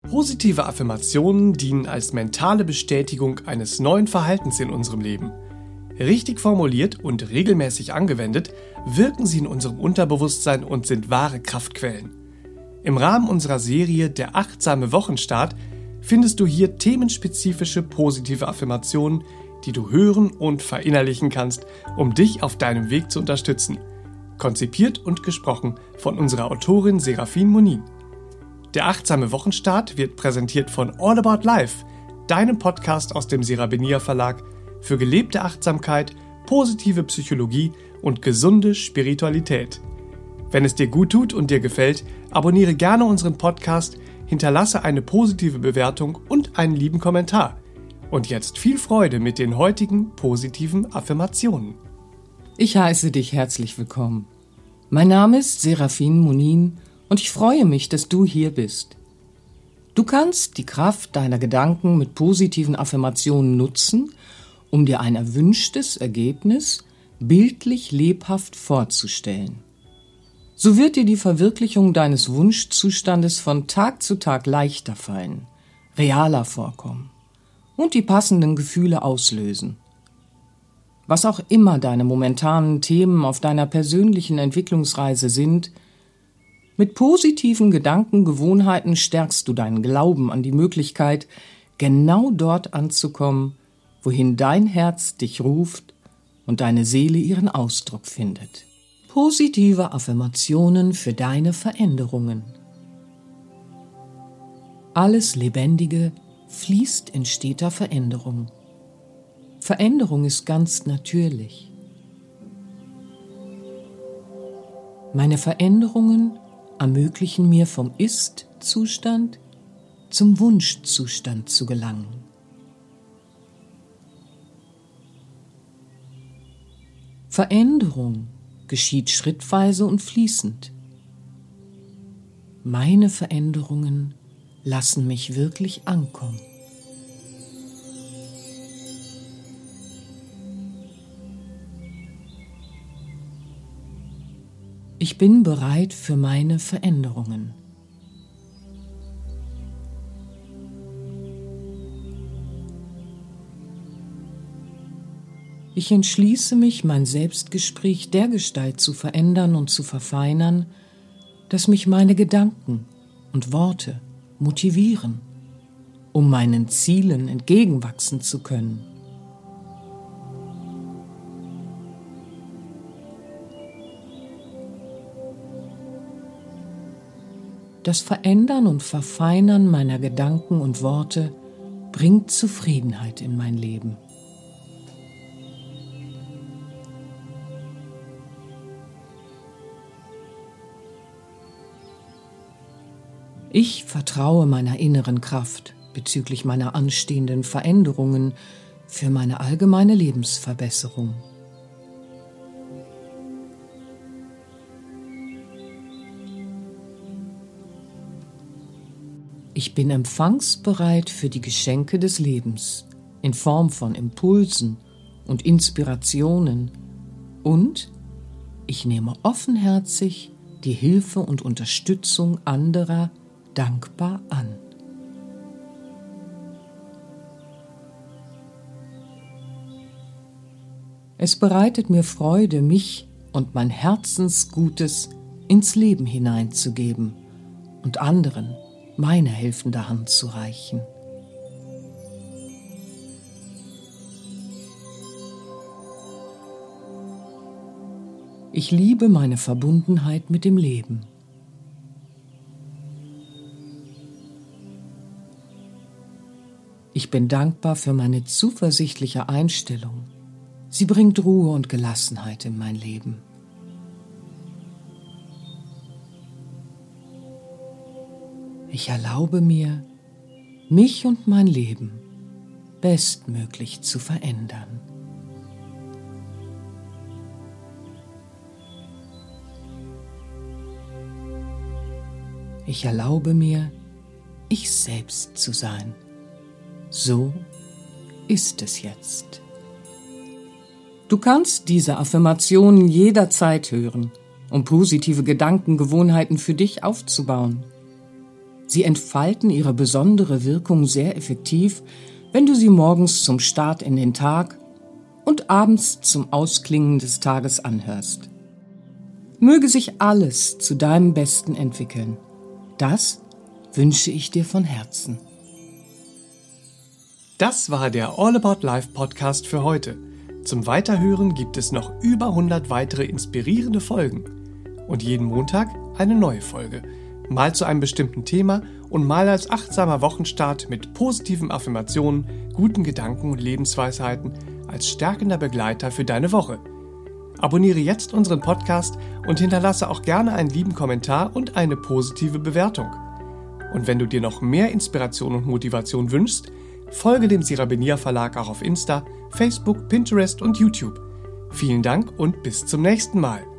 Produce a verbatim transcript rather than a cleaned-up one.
Positive Affirmationen dienen als mentale Bestätigung eines neuen Verhaltens in unserem Leben. Richtig formuliert und regelmäßig angewendet, wirken sie in unserem Unterbewusstsein und sind wahre Kraftquellen. Im Rahmen unserer Serie Der achtsame Wochenstart findest du hier themenspezifische positive Affirmationen, die du hören und verinnerlichen kannst, um dich auf deinem Weg zu unterstützen. Konzipiert und gesprochen von unserer Autorin Serafin Monin. Der achtsame Wochenstart wird präsentiert von All About Life, deinem Podcast aus dem Serabenia Verlag für gelebte Achtsamkeit, positive Psychologie und gesunde Spiritualität. Wenn es dir gut tut und dir gefällt, abonniere gerne unseren Podcast, hinterlasse eine positive Bewertung und einen lieben Kommentar. Und jetzt viel Freude mit den heutigen positiven Affirmationen. Ich heiße dich herzlich willkommen. Mein Name ist Serafin Monin und ich freue mich, dass du hier bist. Du kannst die Kraft deiner Gedanken mit positiven Affirmationen nutzen, um dir ein erwünschtes Ergebnis bildlich lebhaft vorzustellen. So wird dir die Verwirklichung deines Wunschzustandes von Tag zu Tag leichter fallen, realer vorkommen und die passenden Gefühle auslösen. Was auch immer deine momentanen Themen auf deiner persönlichen Entwicklungsreise sind, mit positiven Gedankengewohnheiten stärkst du deinen Glauben an die Möglichkeit, genau dort anzukommen, wohin dein Herz dich ruft und deine Seele ihren Ausdruck findet. Positive Affirmationen für deine Veränderungen. Alles Lebendige fließt in steter Veränderung. Veränderung ist ganz natürlich. Meine Veränderungen ermöglichen mir vom Ist-Zustand zum Wunschzustand zu gelangen. Veränderung geschieht schrittweise und fließend. Meine Veränderungen lassen mich wirklich ankommen. Ich bin bereit für meine Veränderungen. Ich entschließe mich, mein Selbstgespräch dergestalt zu verändern und zu verfeinern, dass mich meine Gedanken und Worte motivieren, um meinen Zielen entgegenwachsen zu können. Das Verändern und Verfeinern meiner Gedanken und Worte bringt Zufriedenheit in mein Leben. Ich vertraue meiner inneren Kraft bezüglich meiner anstehenden Veränderungen für meine allgemeine Lebensverbesserung. Ich bin empfangsbereit für die Geschenke des Lebens in Form von Impulsen und Inspirationen und ich nehme offenherzig die Hilfe und Unterstützung anderer dankbar an. Es bereitet mir Freude, mich und mein Herzensgutes ins Leben hineinzugeben und anderen meine helfende Hand zu reichen. Ich liebe meine Verbundenheit mit dem Leben. Ich bin dankbar für meine zuversichtliche Einstellung. Sie bringt Ruhe und Gelassenheit in mein Leben. Ich erlaube mir, mich und mein Leben bestmöglich zu verändern. Ich erlaube mir, ich selbst zu sein. So ist es jetzt. Du kannst diese Affirmationen jederzeit hören, um positive Gedankengewohnheiten für dich aufzubauen. Sie entfalten ihre besondere Wirkung sehr effektiv, wenn du sie morgens zum Start in den Tag und abends zum Ausklingen des Tages anhörst. Möge sich alles zu deinem Besten entwickeln. Das wünsche ich dir von Herzen. Das war der All About Life Podcast für heute. Zum Weiterhören gibt es noch über hundert weitere inspirierende Folgen. Und jeden Montag eine neue Folge. Mal zu einem bestimmten Thema und mal als achtsamer Wochenstart mit positiven Affirmationen, guten Gedanken und Lebensweisheiten als stärkender Begleiter für deine Woche. Abonniere jetzt unseren Podcast und hinterlasse auch gerne einen lieben Kommentar und eine positive Bewertung. Und wenn du dir noch mehr Inspiration und Motivation wünschst, folge dem Sirabenia Verlag auch auf Insta, Facebook, Pinterest und YouTube. Vielen Dank und bis zum nächsten Mal.